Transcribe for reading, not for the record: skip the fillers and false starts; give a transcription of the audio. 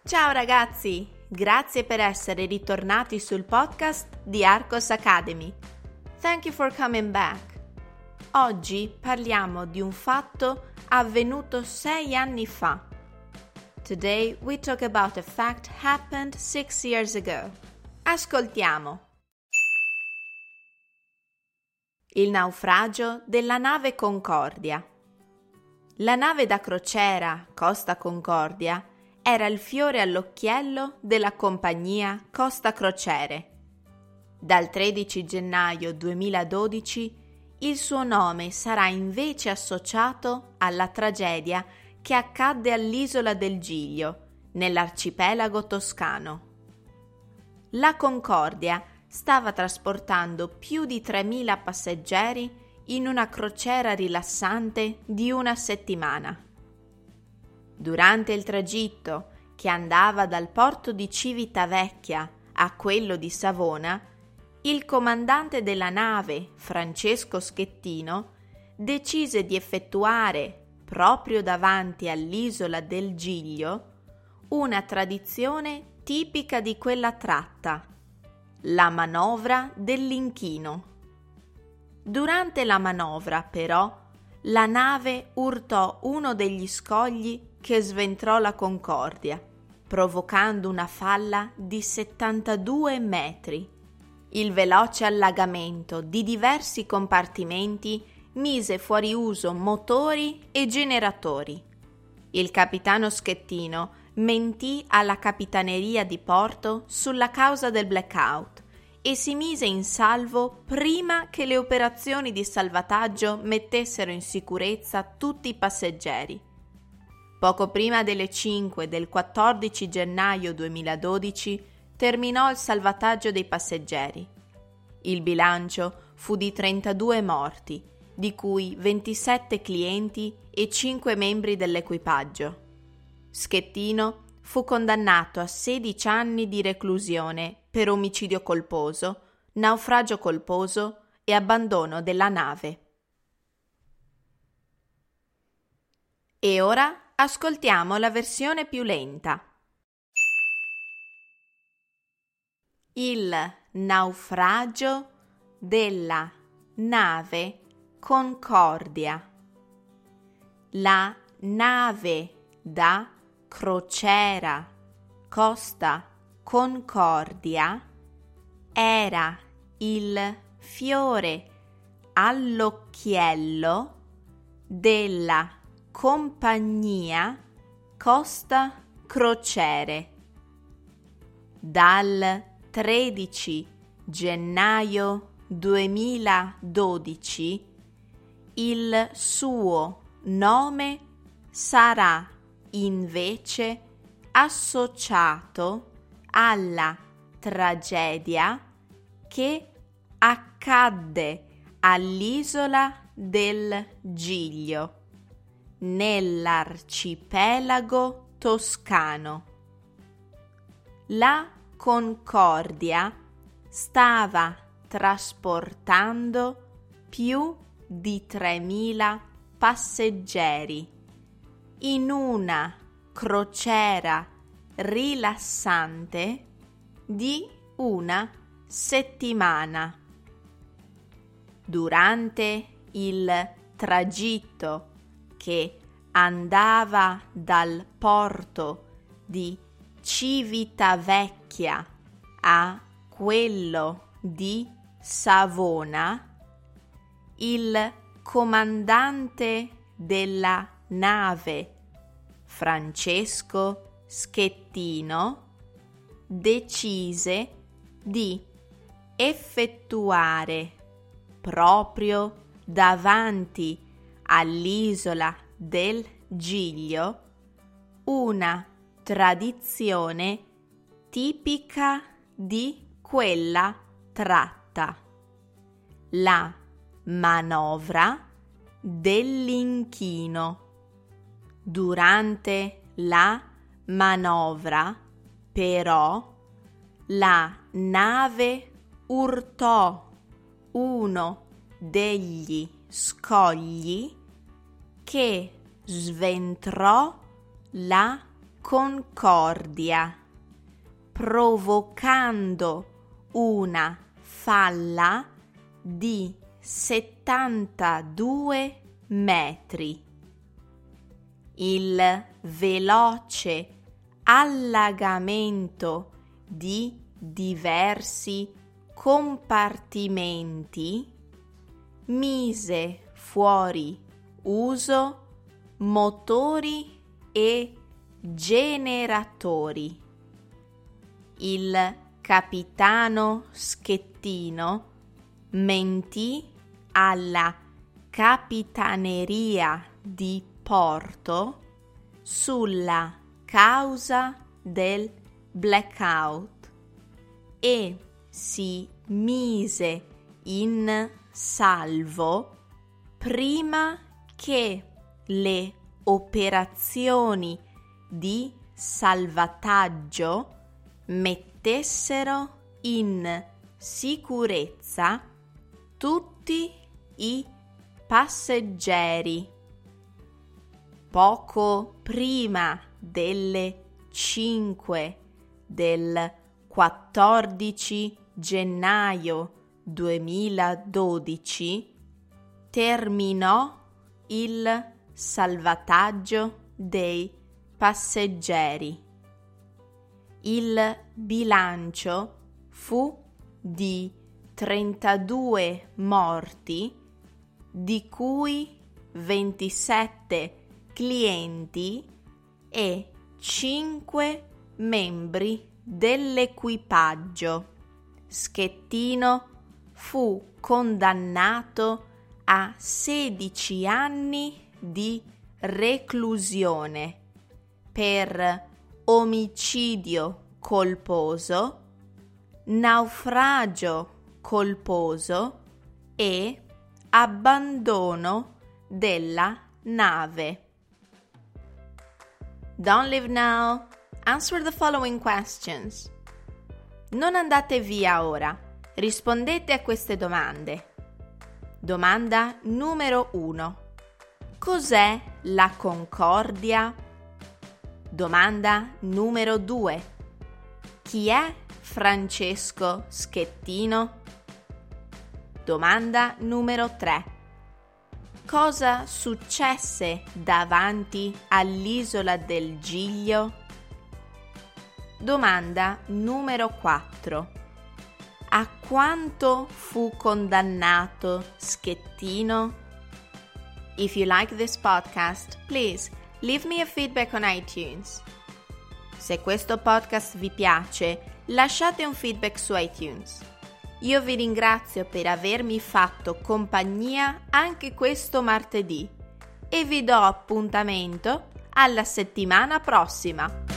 Ciao ragazzi, grazie per essere ritornati sul podcast di Arcos Academy. Thank you for coming back. Oggi parliamo di un fatto avvenuto 6 anni fa. Today we talk about a fact happened 6 years ago. Ascoltiamo. Il naufragio della nave Concordia. La nave da crociera Costa Concordia era il fiore all'occhiello della compagnia Costa Crociere. Dal 13 gennaio 2012 il suo nome sarà invece associato alla tragedia che accadde all'isola del Giglio, nell'arcipelago toscano. La Concordia stava trasportando più di 3.000 passeggeri in una crociera rilassante di una settimana. Durante il tragitto che andava dal porto di Civitavecchia a quello di Savona, il comandante della nave, Francesco Schettino, decise di effettuare, proprio davanti all'isola del Giglio, una tradizione tipica di quella tratta, la manovra dell'inchino. Durante la manovra, però, la nave urtò uno degli scogli che sventrò la Concordia, provocando una falla di 72 metri. Il veloce allagamento di diversi compartimenti mise fuori uso motori e generatori. Il capitano Schettino mentì alla capitaneria di porto sulla causa del blackout e si mise in salvo prima che le operazioni di salvataggio mettessero in sicurezza tutti i passeggeri. Poco prima delle 5 del 14 gennaio 2012 terminò il salvataggio dei passeggeri. Il bilancio fu di 32 morti, di cui 27 clienti e 5 membri dell'equipaggio. Schettino fu condannato a 16 anni di reclusione per omicidio colposo, naufragio colposo e abbandono della nave. E ora ascoltiamo la versione più lenta. Il naufragio della nave Concordia. La nave da crociera Costa Concordia era il fiore all'occhiello della compagnia Costa Crociere. Dal 13 gennaio 2012 il suo nome sarà invece associato alla tragedia che accadde all'isola del Giglio, nell'arcipelago toscano. La Concordia stava trasportando più di 3.000 passeggeri in una crociera rilassante di una settimana. Durante il tragitto che andava dal porto di Civitavecchia a quello di Savona, il comandante della nave, Francesco Schettino, decise di effettuare proprio davanti all'isola del Giglio una tradizione tipica di quella tratta, la manovra dell'inchino. Durante la manovra, però, la nave urtò uno degli scogli che sventrò la Concordia, provocando una falla di 72 metri. Il veloce allagamento di diversi compartimenti mise fuori uso motori e generatori. Il capitano Schettino mentì alla capitaneria di porto sulla causa del blackout e si mise in salvo prima che le operazioni di salvataggio mettessero in sicurezza tutti i passeggeri. Poco prima delle 5 del 14 gennaio 2012 terminò il salvataggio dei passeggeri. Il bilancio fu di 32 morti, di cui 27 clienti e 5 membri dell'equipaggio. Schettino fu condannato a 16 anni di reclusione per omicidio colposo, naufragio colposo e abbandono della nave. Don't leave now. Answer the following questions. Non andate via ora. Rispondete a queste domande. Domanda numero 1. Cos'è la Concordia? Domanda numero 2. Chi è Francesco Schettino? Domanda numero 3. Cosa successe davanti all'isola del Giglio? Domanda numero 4. A quanto fu condannato Schettino? If you like this podcast, please leave me a feedback on iTunes. Se questo podcast vi piace, lasciate un feedback su iTunes. Io vi ringrazio per avermi fatto compagnia anche questo martedì e vi do appuntamento alla settimana prossima.